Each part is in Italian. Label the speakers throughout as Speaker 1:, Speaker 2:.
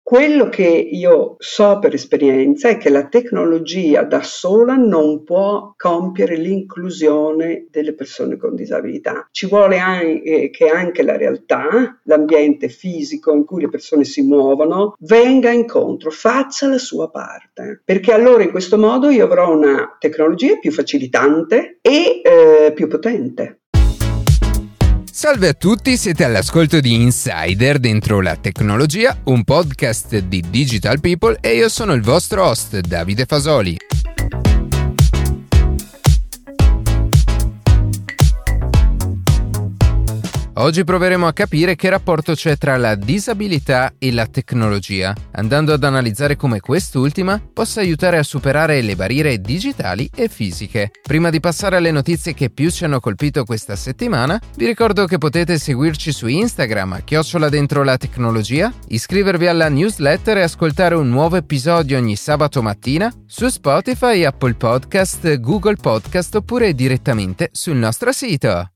Speaker 1: Quello che io so per esperienza è che la tecnologia da sola non può compiere l'inclusione delle persone con disabilità. Ci vuole che anche la realtà, l'ambiente fisico in cui le persone si muovono, venga incontro, faccia la sua parte. Perché allora in questo modo io avrò una tecnologia più facilitante e più potente.
Speaker 2: Salve a tutti, siete all'ascolto di Insider dentro la tecnologia, un podcast di Digital People e io sono il vostro host Davide Fasoli. Oggi proveremo a capire che rapporto c'è tra la disabilità e la tecnologia, andando ad analizzare come quest'ultima possa aiutare a superare le barriere digitali e fisiche. Prima di passare alle notizie che più ci hanno colpito questa settimana, vi ricordo che potete seguirci su Instagram @dentrolatecnologia, iscrivervi alla newsletter e ascoltare un nuovo episodio ogni sabato mattina su Spotify, Apple Podcast, Google Podcast oppure direttamente sul nostro sito.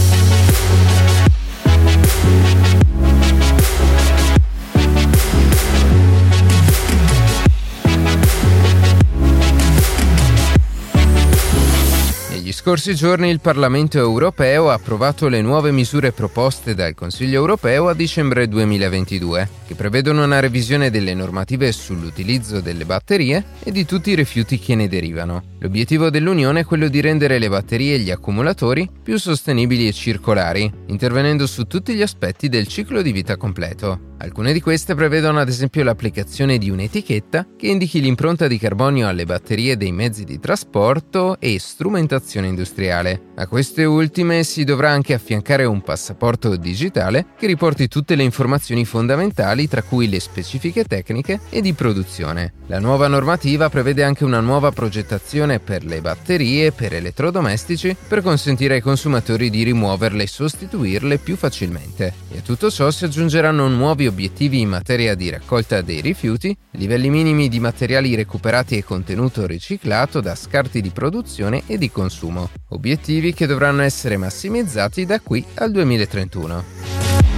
Speaker 2: Negli scorsi giorni il Parlamento europeo ha approvato le nuove misure proposte dal Consiglio europeo a dicembre 2022, che prevedono una revisione delle normative sull'utilizzo delle batterie e di tutti i rifiuti che ne derivano. L'obiettivo dell'Unione è quello di rendere le batterie e gli accumulatori più sostenibili e circolari, intervenendo su tutti gli aspetti del ciclo di vita completo. Alcune di queste prevedono ad esempio l'applicazione di un'etichetta che indichi l'impronta di carbonio alle batterie dei mezzi di trasporto e strumentazione industriale. A queste ultime si dovrà anche affiancare un passaporto digitale che riporti tutte le informazioni fondamentali, tra cui le specifiche tecniche e di produzione. La nuova normativa prevede anche una nuova progettazione per le batterie per elettrodomestici per consentire ai consumatori di rimuoverle e sostituirle più facilmente. E a tutto ciò si aggiungeranno nuovi obiettivi in materia di raccolta dei rifiuti, livelli minimi di materiali recuperati e contenuto riciclato da scarti di produzione e di consumo. Obiettivi che dovranno essere massimizzati da qui al 2031.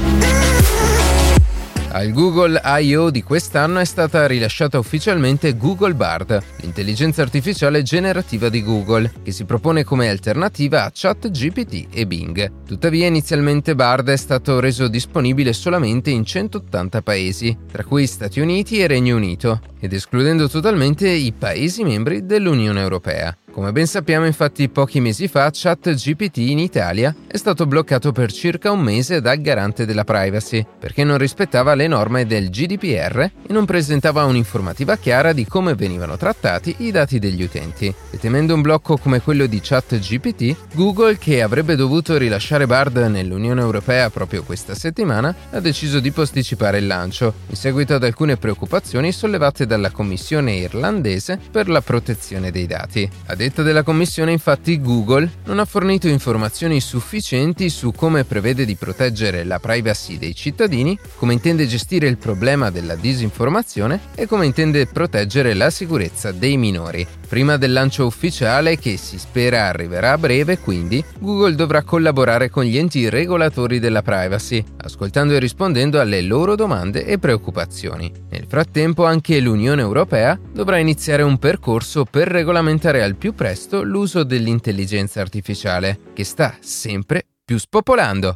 Speaker 2: Al Google I.O. di quest'anno è stata rilasciata ufficialmente Google Bard, l'intelligenza artificiale generativa di Google, che si propone come alternativa a ChatGPT e Bing. Tuttavia inizialmente Bard è stato reso disponibile solamente in 180 paesi, tra cui Stati Uniti e Regno Unito, ed escludendo totalmente i paesi membri dell'Unione Europea. Come ben sappiamo, infatti, pochi mesi fa ChatGPT in Italia è stato bloccato per circa un mese dal garante della privacy, perché non rispettava le norme del GDPR e non presentava un'informativa chiara di come venivano trattati i dati degli utenti. E temendo un blocco come quello di ChatGPT, Google, che avrebbe dovuto rilasciare Bard nell'Unione Europea proprio questa settimana, ha deciso di posticipare il lancio, in seguito ad alcune preoccupazioni sollevate dalla Commissione irlandese per la protezione dei dati. A detta della Commissione, infatti, Google non ha fornito informazioni sufficienti su come prevede di proteggere la privacy dei cittadini, come intende gestire il problema della disinformazione e come intende proteggere la sicurezza dei minori. Prima del lancio ufficiale, che si spera arriverà a breve, quindi, Google dovrà collaborare con gli enti regolatori della privacy, ascoltando e rispondendo alle loro domande e preoccupazioni. Nel frattempo, anche l'Unione Europea dovrà iniziare un percorso per regolamentare al più presto l'uso dell'intelligenza artificiale, che sta sempre più spopolando.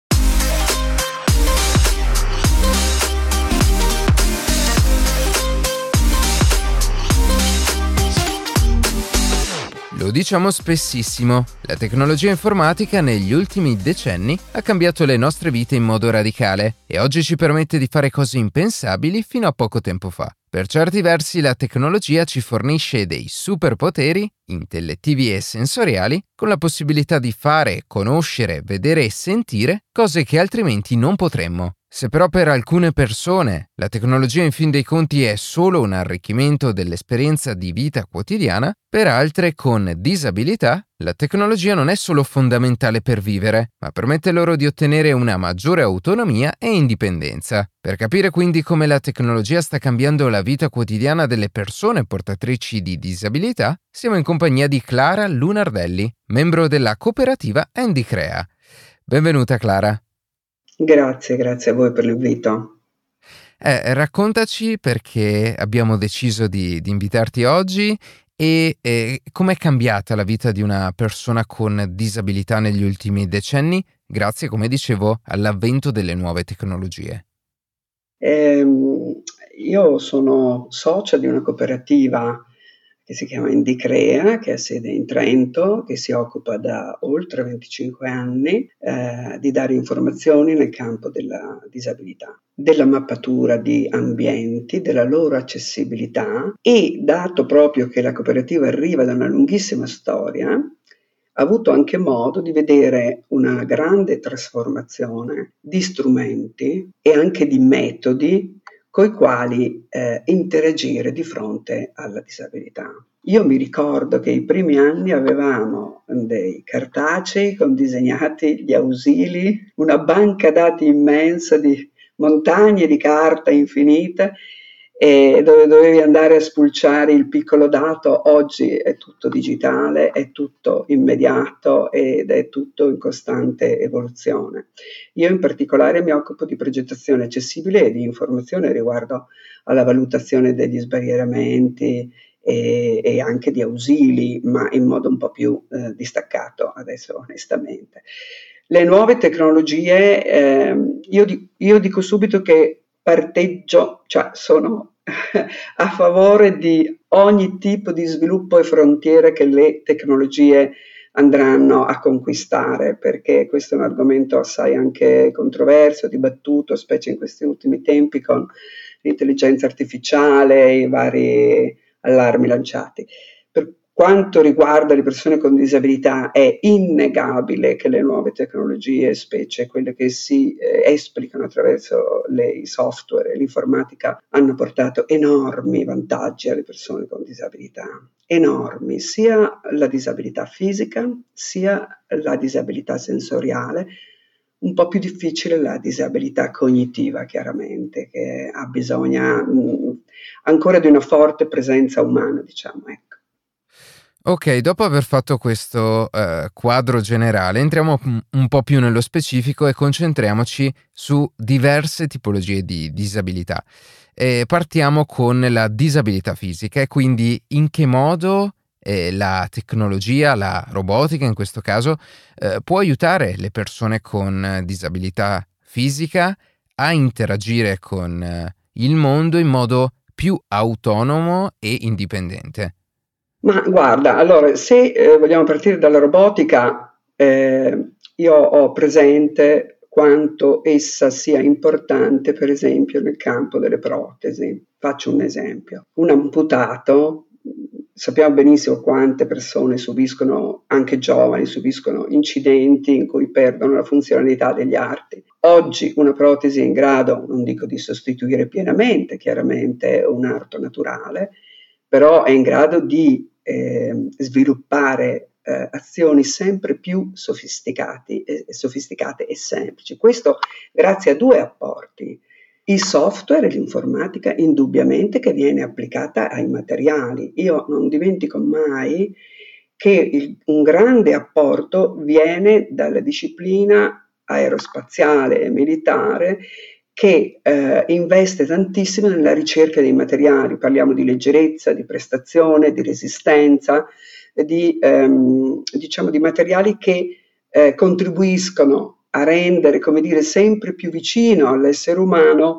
Speaker 2: Lo diciamo spessissimo, la tecnologia informatica negli ultimi decenni ha cambiato le nostre vite in modo radicale e oggi ci permette di fare cose impensabili fino a poco tempo fa. Per certi versi la tecnologia ci fornisce dei superpoteri intellettivi e sensoriali con la possibilità di fare, conoscere, vedere e sentire cose che altrimenti non potremmo. Se però per alcune persone la tecnologia in fin dei conti è solo un arricchimento dell'esperienza di vita quotidiana, per altre con disabilità la tecnologia non è solo fondamentale per vivere, ma permette loro di ottenere una maggiore autonomia e indipendenza. Per capire quindi come la tecnologia sta cambiando la vita quotidiana delle persone portatrici di disabilità, siamo in compagnia di Clara Lunardelli, membro della cooperativa Handicrea. Benvenuta Clara.
Speaker 1: Grazie a voi per l'invito.
Speaker 2: Raccontaci perché abbiamo deciso di invitarti oggi e com'è cambiata la vita di una persona con disabilità negli ultimi decenni, grazie, come dicevo, all'avvento delle nuove tecnologie.
Speaker 1: Io sono socia di una cooperativa che si chiama Indicrea, che ha sede in Trento, che si occupa da oltre 25 anni di dare informazioni nel campo della disabilità, della mappatura di ambienti, della loro accessibilità e, dato proprio che la cooperativa arriva da una lunghissima storia, ha avuto anche modo di vedere una grande trasformazione di strumenti e anche di metodi coi quali interagire di fronte alla disabilità. Io mi ricordo che i primi anni avevamo dei cartacei con disegnati gli ausili, una banca dati immensa di montagne di carta infinite e dove dovevi andare a spulciare il piccolo dato. Oggi è tutto digitale, è tutto immediato ed è tutto in costante evoluzione. Io in particolare mi occupo di progettazione accessibile e di informazione riguardo alla valutazione degli sbarrieramenti e anche di ausili, ma in modo un po' più distaccato adesso onestamente. Le nuove tecnologie, io dico subito che parteggio, cioè sono a favore di ogni tipo di sviluppo e frontiere che le tecnologie andranno a conquistare, perché questo è un argomento assai anche controverso, dibattuto, specie in questi ultimi tempi con l'intelligenza artificiale e i vari allarmi lanciati. Per quanto riguarda le persone con disabilità è innegabile che le nuove tecnologie, specie quelle che si esplicano attraverso i software e l'informatica, hanno portato enormi vantaggi alle persone con disabilità. Enormi, sia la disabilità fisica, sia la disabilità sensoriale, un po' più difficile la disabilità cognitiva, chiaramente, che ha bisogno ancora di una forte presenza umana, diciamo, ecco.
Speaker 2: Ok, dopo aver fatto questo quadro generale, entriamo un po' più nello specifico e concentriamoci su diverse tipologie di disabilità. Partiamo con la disabilità fisica e quindi in che modo la tecnologia, la robotica in questo caso, può aiutare le persone con disabilità fisica a interagire con il mondo in modo più autonomo e indipendente.
Speaker 1: Ma guarda, allora, se vogliamo partire dalla robotica, io ho presente quanto essa sia importante, per esempio, nel campo delle protesi. Faccio un esempio. Un amputato, sappiamo benissimo quante persone subiscono, anche giovani, subiscono incidenti in cui perdono la funzionalità degli arti. Oggi una protesi è in grado, non dico di sostituire pienamente, chiaramente, un arto naturale, però è in grado di sviluppare azioni sempre più sofisticate e semplici. Questo grazie a due apporti. Il software e l'informatica indubbiamente che viene applicata ai materiali. Io non dimentico mai che un grande apporto viene dalla disciplina aerospaziale e militare che investe tantissimo nella ricerca dei materiali. Parliamo di leggerezza, di prestazione, di resistenza, diciamo di materiali che contribuiscono a rendere, come dire, sempre più vicino all'essere umano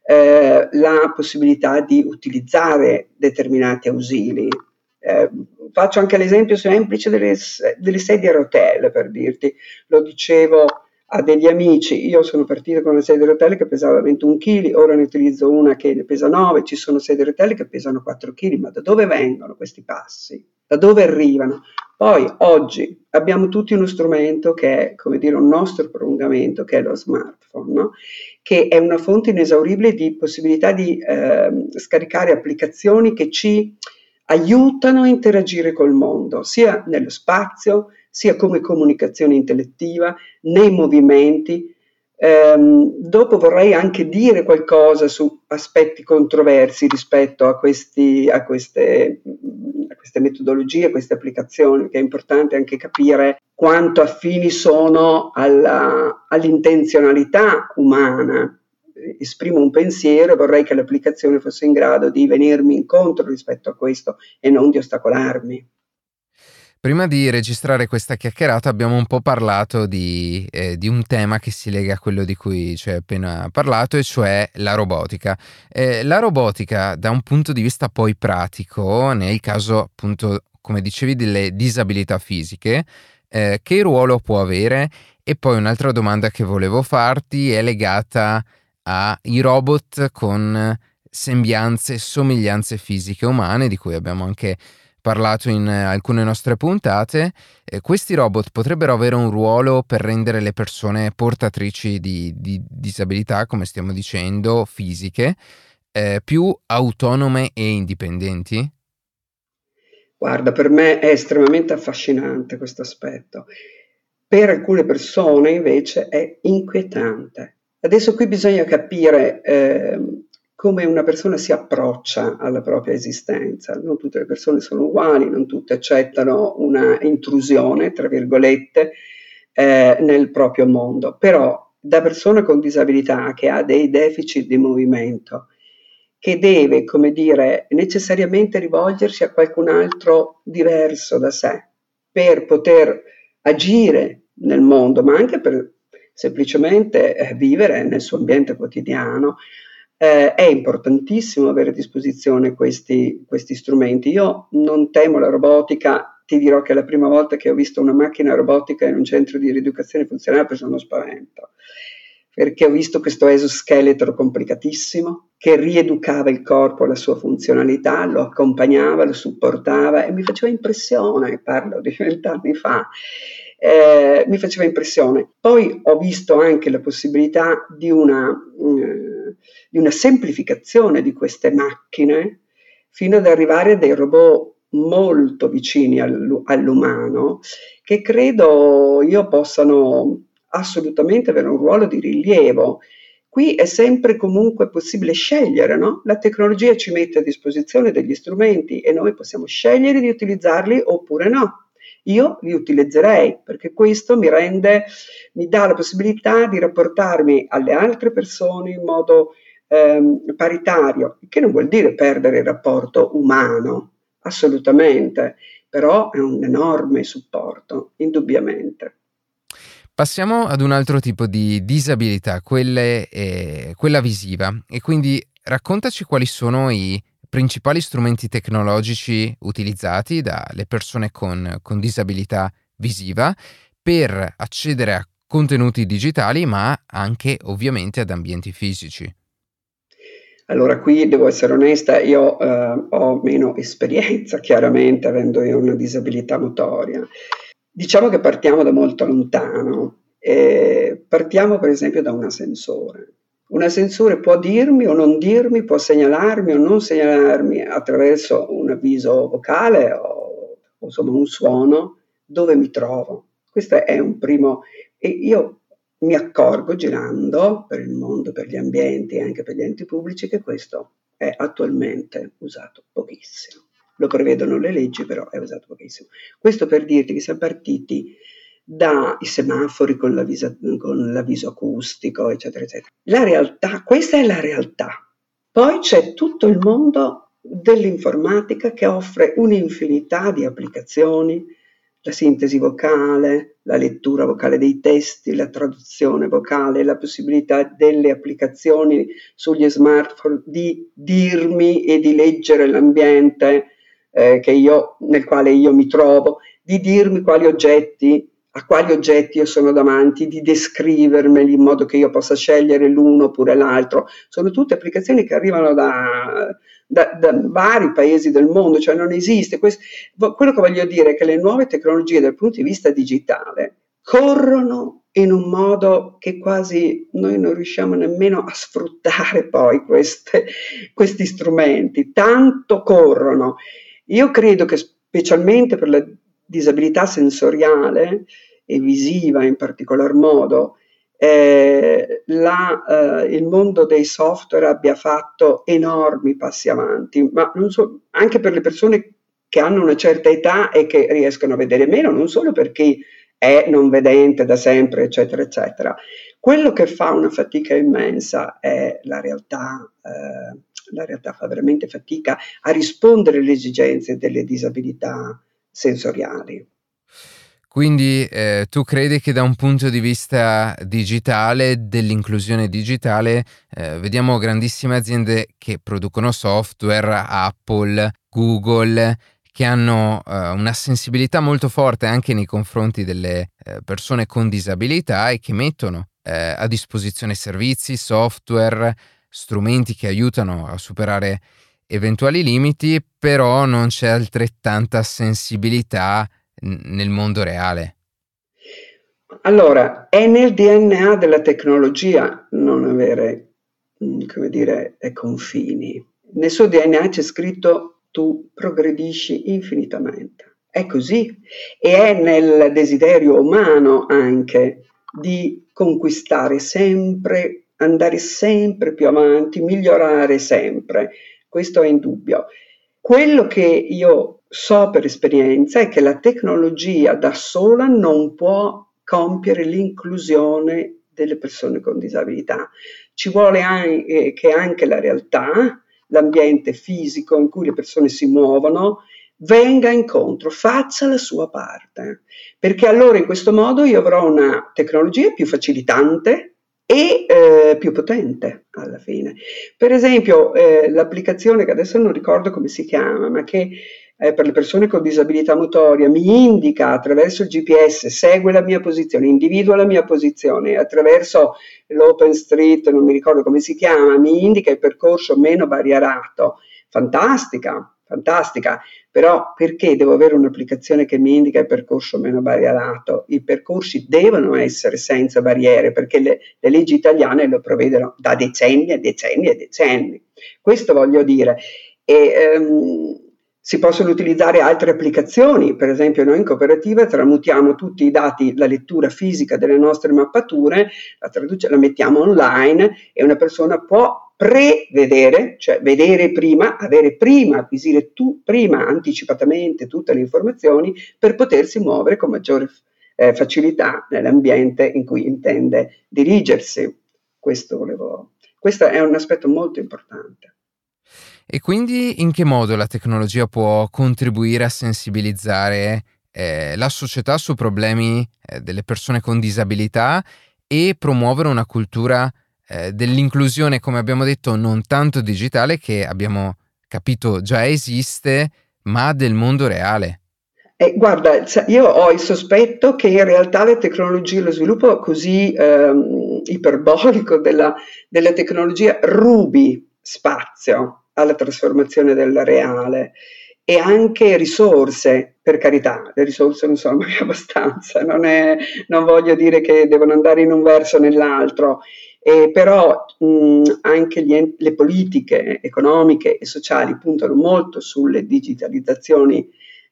Speaker 1: la possibilità di utilizzare determinati ausili. Faccio anche l'esempio semplice delle sedie a rotelle, per dirti, lo dicevo a degli amici, io sono partita con una sedia a rotelle che pesava 21 kg, ora ne utilizzo una che ne pesa 9, ci sono sedie a rotelle che pesano 4 kg, ma da dove vengono questi passi? Da dove arrivano? Poi oggi abbiamo tutti uno strumento che è, come dire, un nostro prolungamento, che è lo smartphone, no? Che è una fonte inesauribile di possibilità di scaricare applicazioni che ci aiutano a interagire col mondo, sia nello spazio, sia come comunicazione intellettiva, nei movimenti. Dopo vorrei anche dire qualcosa su aspetti controversi rispetto a queste metodologie, a queste applicazioni, che è importante anche capire quanto affini sono all'intenzionalità umana. esprimo un pensiero e vorrei che l'applicazione fosse in grado di venirmi incontro rispetto a questo e non di ostacolarmi.
Speaker 2: Prima di registrare questa chiacchierata abbiamo un po' parlato di un tema che si lega a quello di cui ci hai appena parlato, e cioè la robotica. La robotica, da un punto di vista poi pratico, nel caso appunto, come dicevi, delle disabilità fisiche, che ruolo può avere? E poi un'altra domanda che volevo farti è legata ai robot con sembianze e somiglianze fisiche umane, di cui abbiamo anche parlato in alcune nostre puntate. Questi robot potrebbero avere un ruolo per rendere le persone portatrici di disabilità, come stiamo dicendo, fisiche, più autonome e indipendenti?
Speaker 1: Guarda, per me è estremamente affascinante questo aspetto. Per alcune persone invece è inquietante. Adesso qui bisogna capire come una persona si approccia alla propria esistenza. Non tutte le persone sono uguali, non tutte accettano una intrusione, tra virgolette, nel proprio mondo. Però da persona con disabilità che ha dei deficit di movimento, che deve, come dire, necessariamente rivolgersi a qualcun altro diverso da sé per poter agire nel mondo, ma anche per semplicemente vivere nel suo ambiente quotidiano. È importantissimo avere a disposizione questi strumenti. Io non temo la robotica, ti dirò che la prima volta che ho visto una macchina robotica in un centro di rieducazione funzionale ho preso uno spavento, perché ho visto questo esoscheletro complicatissimo che rieducava il corpo alla sua funzionalità, lo accompagnava, lo supportava e mi faceva impressione, parlo di 20 anni fa. Mi faceva impressione. Poi ho visto anche la possibilità di una semplificazione di queste macchine fino ad arrivare a dei robot molto vicini all'umano, che credo io possano assolutamente avere un ruolo di rilievo. Qui è sempre comunque possibile scegliere, no? La tecnologia ci mette a disposizione degli strumenti e noi possiamo scegliere di utilizzarli oppure no. Io li utilizzerei perché questo mi dà la possibilità di rapportarmi alle altre persone in modo paritario, che non vuol dire perdere il rapporto umano, assolutamente, però è un enorme supporto, indubbiamente.
Speaker 2: Passiamo ad un altro tipo di disabilità, quella visiva, e quindi raccontaci quali sono i principali strumenti tecnologici utilizzati dalle persone con disabilità visiva per accedere a contenuti digitali, ma anche ovviamente ad ambienti fisici.
Speaker 1: Allora, qui devo essere onesta, io ho meno esperienza, chiaramente, avendo io una disabilità motoria. Diciamo che partiamo da molto lontano. Partiamo per esempio da un ascensore. Un ascensore può dirmi o non dirmi, può segnalarmi o non segnalarmi attraverso un avviso vocale o insomma un suono dove mi trovo. Questo è un primo. E io mi accorgo girando per il mondo, per gli ambienti e anche per gli enti pubblici che questo è attualmente usato pochissimo. Lo prevedono le leggi, però è usato pochissimo. Questo per dirti che siamo partiti dai semafori con l'avviso acustico, eccetera, eccetera. La realtà, questa è la realtà. Poi c'è tutto il mondo dell'informatica che offre un'infinità di applicazioni, la sintesi vocale, la lettura vocale dei testi, la traduzione vocale, la possibilità delle applicazioni sugli smartphone di dirmi e di leggere l'ambiente nel quale io mi trovo, di dirmi a quali oggetti io sono davanti, di descrivermeli in modo che io possa scegliere l'uno oppure l'altro. Sono tutte applicazioni che arrivano da vari paesi del mondo, cioè non esiste. Quello che voglio dire è che le nuove tecnologie dal punto di vista digitale corrono in un modo che quasi noi non riusciamo nemmeno a sfruttare poi questi strumenti, tanto corrono. Io credo che specialmente per la disabilità sensoriale e visiva in particolar modo, il mondo dei software abbia fatto enormi passi avanti, ma non so, anche per le persone che hanno una certa età e che riescono a vedere meno, non solo per chi è non vedente da sempre, eccetera, eccetera. Quello che fa una fatica immensa è la realtà fa veramente fatica a rispondere alle esigenze delle disabilità sensoriali.
Speaker 2: Quindi tu credi che da un punto di vista digitale, dell'inclusione digitale, vediamo grandissime aziende che producono software, Apple, Google, che hanno una sensibilità molto forte anche nei confronti delle persone con disabilità e che mettono a disposizione servizi, software, strumenti che aiutano a superare eventuali limiti, però non c'è altrettanta sensibilità nel mondo reale.
Speaker 1: Allora, è nel DNA della tecnologia non avere, come dire, confini. Nel suo DNA c'è scritto tu progredisci infinitamente. È così. E è nel desiderio umano anche di conquistare sempre, andare sempre più avanti, migliorare sempre. Questo è indubbio. Quello che io so per esperienza è che la tecnologia da sola non può compiere l'inclusione delle persone con disabilità. Ci vuole che anche la realtà, l'ambiente fisico in cui le persone si muovono, venga incontro, faccia la sua parte, perché allora in questo modo io avrò una tecnologia più facilitante e più potente alla fine. Per esempio, l'applicazione che adesso non ricordo come si chiama, ma che per le persone con disabilità motoria mi indica attraverso il GPS, segue la mia posizione, individua la mia posizione, attraverso l'OpenStreet, non mi ricordo come si chiama, mi indica il percorso meno barrierato. Fantastica, fantastica, però perché devo avere un'applicazione che mi indica il percorso meno barrierato? I percorsi devono essere senza barriere perché le leggi italiane lo prevedono da decenni e decenni e decenni. Questo voglio dire. E, si possono utilizzare altre applicazioni, per esempio noi in cooperativa tramutiamo tutti i dati, la lettura fisica delle nostre mappature, la mettiamo online e una persona può prevedere, cioè vedere prima, avere prima, acquisire prima anticipatamente tutte le informazioni per potersi muovere con maggiore facilità nell'ambiente in cui intende dirigersi. Questo è un aspetto molto importante.
Speaker 2: E quindi in che modo la tecnologia può contribuire a sensibilizzare la società su problemi delle persone con disabilità e promuovere una cultura dell'inclusione, come abbiamo detto, non tanto digitale, che abbiamo capito già esiste, ma del mondo reale?
Speaker 1: Guarda, io ho il sospetto che in realtà le tecnologie, lo sviluppo così iperbolico della tecnologia rubi spazio alla trasformazione del reale e anche risorse, per carità, le risorse non sono mai abbastanza, non voglio dire che devono andare in un verso o nell'altro, però anche le politiche economiche e sociali puntano molto sulle digitalizzazioni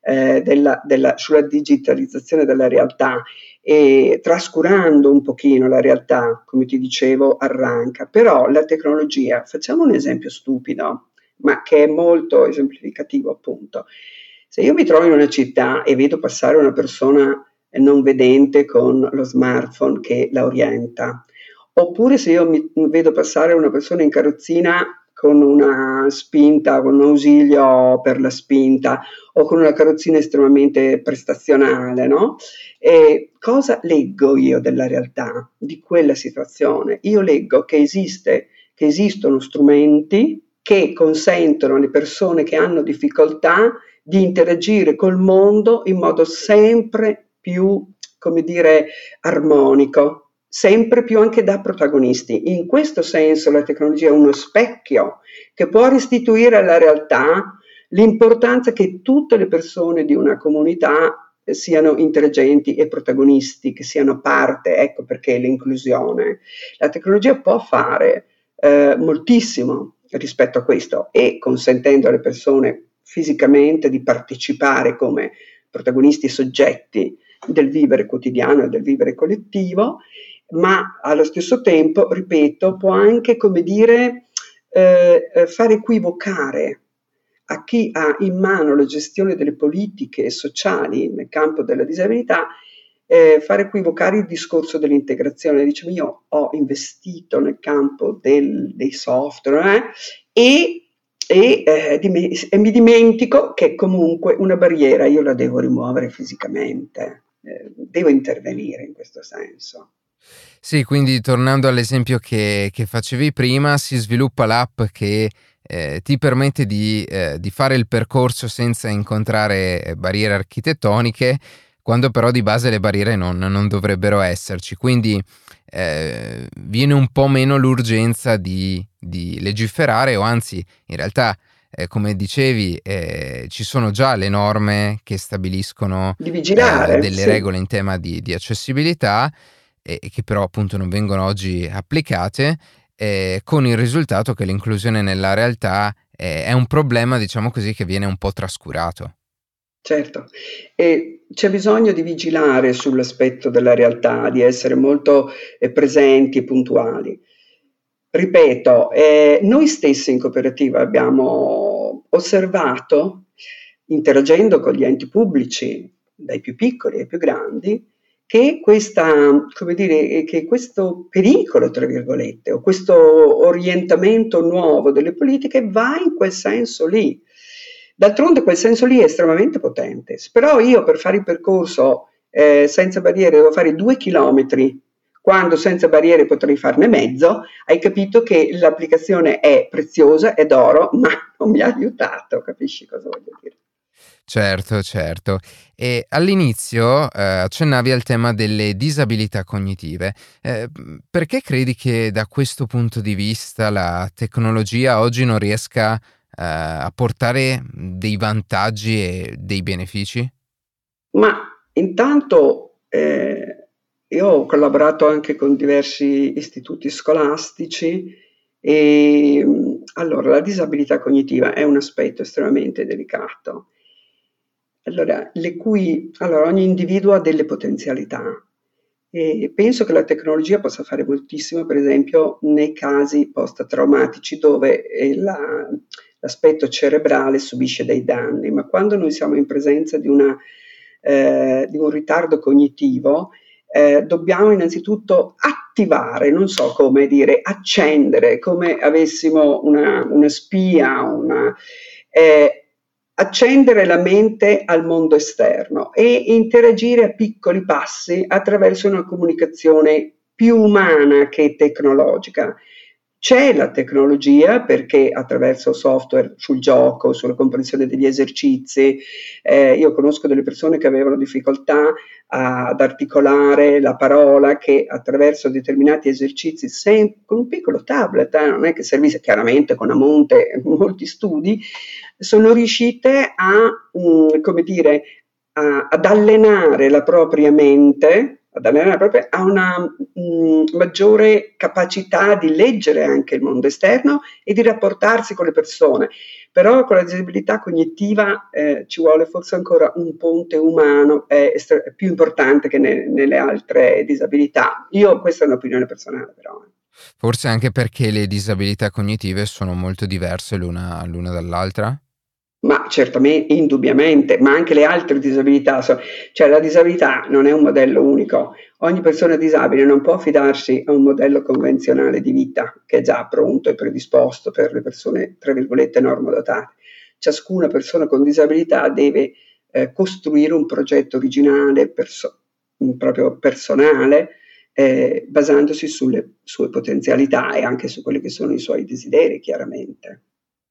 Speaker 1: sulla digitalizzazione della realtà e trascurando un pochino la realtà, come ti dicevo, arranca. Però la tecnologia, facciamo un esempio stupido, ma che è molto esemplificativo appunto. Se io mi trovo in una città e vedo passare una persona non vedente con lo smartphone che la orienta, oppure se io vedo passare una persona in carrozzina con una spinta, con un ausilio per la spinta o con una carrozzina estremamente prestazionale, no? E cosa leggo io della realtà, di quella situazione? Io leggo che esistono strumenti che consentono alle persone che hanno difficoltà di interagire col mondo in modo sempre più, come dire, armonico, sempre più anche da protagonisti. In questo senso la tecnologia è uno specchio che può restituire alla realtà l'importanza che tutte le persone di una comunità siano intelligenti e protagonisti, che siano parte, ecco perché l'inclusione. La tecnologia può fare moltissimo rispetto a questo e consentendo alle persone fisicamente di partecipare come protagonisti e soggetti del vivere quotidiano e del vivere collettivo, ma allo stesso tempo, ripeto, può anche, come dire, far equivocare a chi ha in mano la gestione delle politiche sociali nel campo della disabilità far equivocare il discorso dell'integrazione. Dice, io ho investito nel campo dei software e mi dimentico che comunque una barriera io la devo rimuovere fisicamente, devo intervenire in questo senso.
Speaker 2: Sì, quindi tornando all'esempio che facevi prima, si sviluppa l'app che ti permette di fare il percorso senza incontrare barriere architettoniche, quando però di base le barriere non dovrebbero esserci. Quindi viene un po' meno l'urgenza di legiferare, o anzi, in realtà, come dicevi, ci sono già le norme che stabiliscono
Speaker 1: Di vigilare,
Speaker 2: delle
Speaker 1: sì.
Speaker 2: regole in tema di accessibilità, e che però appunto non vengono oggi applicate, con il risultato che l'inclusione nella realtà è un problema, diciamo così, che viene un po' trascurato.
Speaker 1: Certo, e c'è bisogno di vigilare sull'aspetto della realtà, di essere molto, presenti e puntuali. Ripeto, noi stessi in cooperativa abbiamo osservato, interagendo con gli enti pubblici, dai più piccoli ai più grandi, che questa come dire, che questo "pericolo" tra virgolette, o questo orientamento nuovo delle politiche va in quel senso lì. D'altronde quel senso lì è estremamente potente. S Però io per fare il percorso, senza barriere devo fare 2 chilometri, quando senza barriere potrei farne mezzo, hai capito che l'applicazione è preziosa, è d'oro, ma non mi ha aiutato, capisci cosa voglio dire?
Speaker 2: Certo, certo. E all'inizio, accennavi al tema delle disabilità cognitive. Perché credi che da questo punto di vista la tecnologia oggi non riesca, a portare dei vantaggi e dei benefici?
Speaker 1: Ma intanto, io ho collaborato anche con diversi istituti scolastici, allora la disabilità cognitiva è un aspetto estremamente delicato. Allora ogni individuo ha delle potenzialità e penso che la tecnologia possa fare moltissimo, per esempio nei casi post-traumatici dove, l'aspetto cerebrale subisce dei danni, ma quando noi siamo in presenza di un ritardo cognitivo, dobbiamo innanzitutto attivare, non so come dire, accendere, come avessimo una spia, ehm, accendere la mente al mondo esterno e interagire a piccoli passi attraverso una comunicazione più umana che tecnologica. C'è la tecnologia perché attraverso software sul gioco, sulla comprensione degli esercizi, io conosco delle persone che avevano difficoltà ad articolare la parola, che attraverso determinati esercizi con un piccolo tablet, non è che servisse, chiaramente con a monte molti studi, sono riuscite come dire, ad allenare la propria mente, a una maggiore capacità di leggere anche il mondo esterno e di rapportarsi con le persone. Però con la disabilità cognitiva ci vuole forse ancora un ponte umano, è più importante che nelle altre disabilità. Questa è un'opinione personale però.
Speaker 2: Forse anche perché le disabilità cognitive sono molto diverse l'una dall'altra?
Speaker 1: Ma indubbiamente, ma anche le altre disabilità, cioè la disabilità non è un modello unico. Ogni persona disabile non può affidarsi a un modello convenzionale di vita che è già pronto e predisposto per le persone, tra virgolette, normodotate. Ciascuna persona con disabilità deve costruire un progetto originale, proprio personale, basandosi sulle sue potenzialità e anche su quelli che sono i suoi desideri, chiaramente.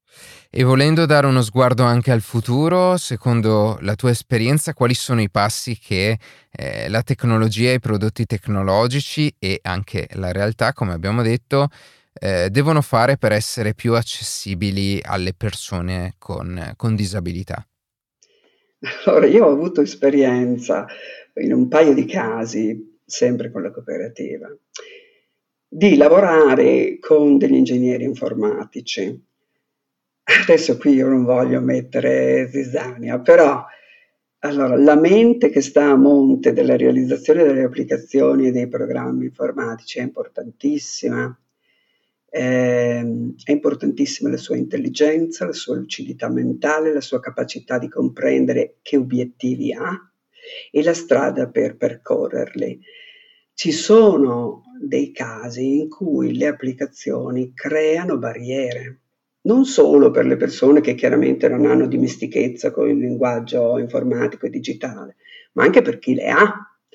Speaker 2: E volendo dare uno sguardo anche al futuro, secondo la tua esperienza, quali sono i passi che la tecnologia, i prodotti tecnologici e anche la realtà, come abbiamo detto, devono fare per essere più accessibili alle persone con disabilità?
Speaker 1: Allora, io ho avuto esperienza in un paio di casi, sempre con la cooperativa, di lavorare con degli ingegneri informatici. Adesso qui io non voglio mettere zizzania, però allora, la mente che sta a monte della realizzazione delle applicazioni e dei programmi informatici è importantissima. È importantissima la sua intelligenza, la sua lucidità mentale, la sua capacità di comprendere che obiettivi ha e la strada per percorrerli. Ci sono dei casi in cui le applicazioni creano barriere, non solo per le persone che chiaramente non hanno dimestichezza con il linguaggio informatico e digitale, ma anche per chi le ha.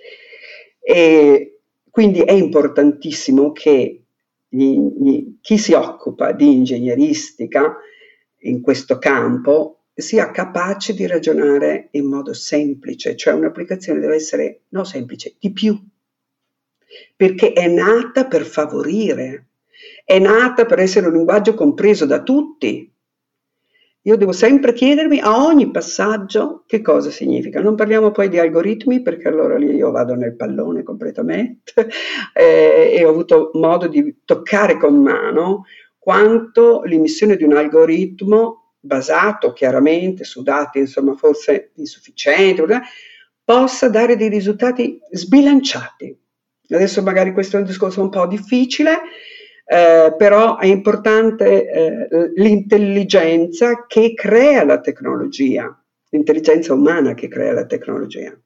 Speaker 1: E quindi è importantissimo che chi si occupa di ingegneristica in questo campo sia capace di ragionare in modo semplice, cioè un'applicazione deve essere non semplice, di più, perché è nata per favorire, è nata per essere un linguaggio compreso da tutti. Io devo sempre chiedermi a ogni passaggio che cosa significa. Non parliamo poi di algoritmi, perché allora lì io vado nel pallone completamente e ho avuto modo di toccare con mano quanto l'immissione di un algoritmo basato chiaramente su dati, insomma, forse insufficienti, possa dare dei risultati sbilanciati. Adesso magari questo è un discorso un po' difficile, però è importante l'intelligenza che crea la tecnologia, l'intelligenza umana che crea la tecnologia.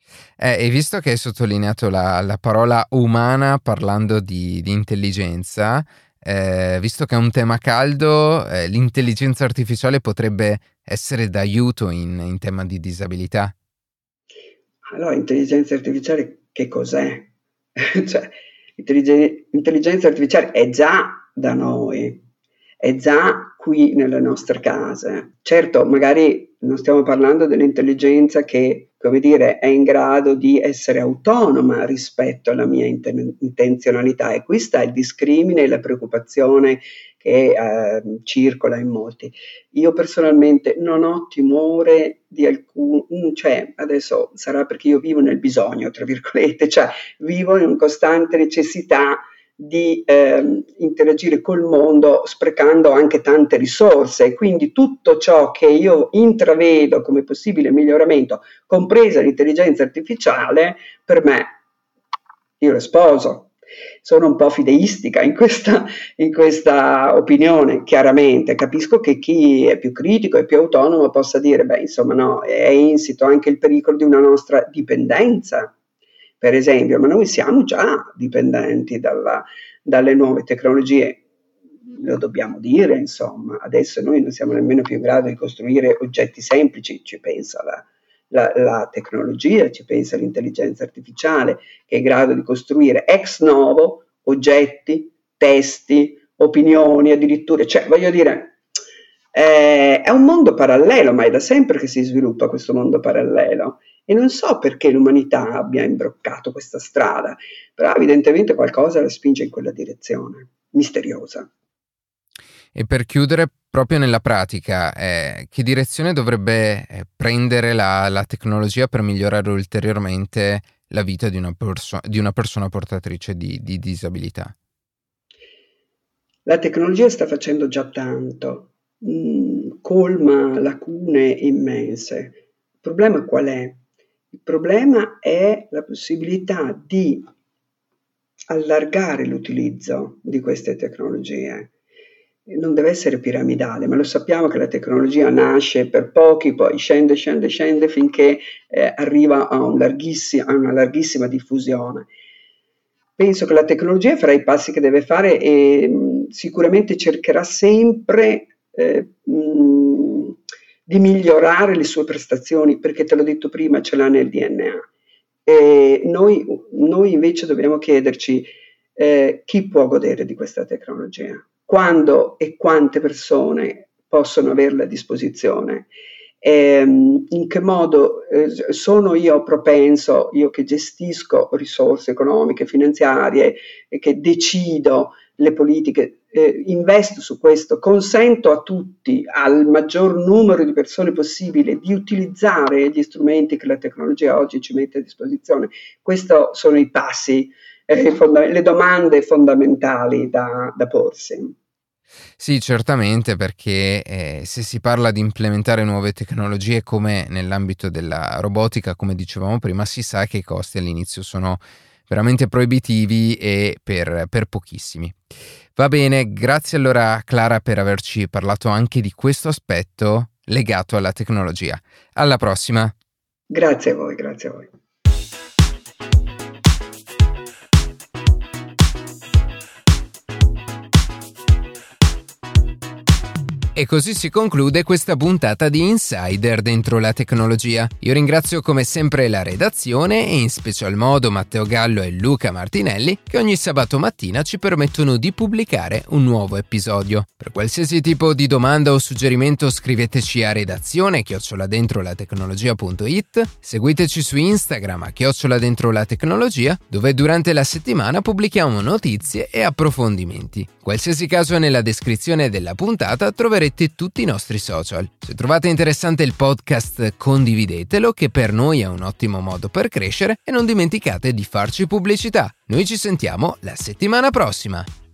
Speaker 2: E visto che hai sottolineato la parola umana parlando di intelligenza, visto che è un tema caldo, l'intelligenza artificiale potrebbe essere d'aiuto in tema di disabilità?
Speaker 1: Allora, intelligenza artificiale che cos'è? Cioè, intelligenza artificiale è già da noi, è già qui nelle nostre case. Certo, magari non stiamo parlando dell'intelligenza che, come dire, è in grado di essere autonoma rispetto alla mia intenzionalità, e qui sta il discrimine e la preoccupazione che circola in molti. Io personalmente non ho timore di cioè adesso sarà perché io vivo nel bisogno, tra virgolette, cioè vivo in costante necessità di interagire col mondo sprecando anche tante risorse, quindi tutto ciò che io intravedo come possibile miglioramento, compresa l'intelligenza artificiale, per me io lo sposo. Sono un po' fideistica in questa opinione, chiaramente. Capisco che chi è più critico e più autonomo possa dire, beh, insomma, no, è insito anche il pericolo di una nostra dipendenza, per esempio, ma noi siamo già dipendenti dalle nuove tecnologie, lo dobbiamo dire, insomma. Adesso noi non siamo nemmeno più in grado di costruire oggetti semplici, ci pensa la tecnologia, ci pensa l'intelligenza artificiale, che è in grado di costruire ex novo oggetti, testi, opinioni addirittura, cioè voglio dire, è un mondo parallelo, ma è da sempre che si sviluppa questo mondo parallelo e non so perché l'umanità abbia imbroccato questa strada, però evidentemente qualcosa la spinge in quella direzione, misteriosa.
Speaker 2: E per chiudere, proprio nella pratica, che direzione dovrebbe prendere la tecnologia per migliorare ulteriormente la vita di una persona portatrice di disabilità?
Speaker 1: La tecnologia sta facendo già tanto, colma lacune immense. Il problema qual è? Il problema è la possibilità di allargare l'utilizzo di queste tecnologie. Non deve essere piramidale, ma lo sappiamo che la tecnologia nasce per pochi, poi scende finché arriva a una larghissima diffusione. Penso che la tecnologia farà i passi che deve fare e sicuramente cercherà sempre di migliorare le sue prestazioni, perché te l'ho detto prima, ce l'ha nel DNA. E noi invece dobbiamo chiederci chi può godere di questa tecnologia, quando e quante persone possono averla a disposizione, in che modo sono io propenso, io che gestisco risorse economiche, finanziarie, e che decido le politiche, investo su questo, consento a tutti, al maggior numero di persone possibile, di utilizzare gli strumenti che la tecnologia oggi ci mette a disposizione. Questi sono i passi, le domande fondamentali da porsi.
Speaker 2: Sì, certamente, perché se si parla di implementare nuove tecnologie come nell'ambito della robotica, come dicevamo prima, si sa che i costi all'inizio sono veramente proibitivi e per pochissimi. Va bene, grazie allora Clara per averci parlato anche di questo aspetto legato alla tecnologia. Alla prossima!
Speaker 1: Grazie a voi, grazie a voi.
Speaker 2: E così si conclude questa puntata di Insider dentro la tecnologia. Io ringrazio come sempre la redazione e in special modo Matteo Gallo e Luca Martinelli che ogni sabato mattina ci permettono di pubblicare un nuovo episodio. Per qualsiasi tipo di domanda o suggerimento scriveteci a redazione@dentrolatecnologia.it, seguiteci su Instagram @dentrolatecnologia, dove durante la settimana pubblichiamo notizie e approfondimenti. Qualsiasi caso è nella descrizione della puntata troverete tutti i nostri social. Se trovate interessante il podcast, condividetelo, che per noi è un ottimo modo per crescere, e non dimenticate di farci pubblicità. Noi ci sentiamo la settimana prossima.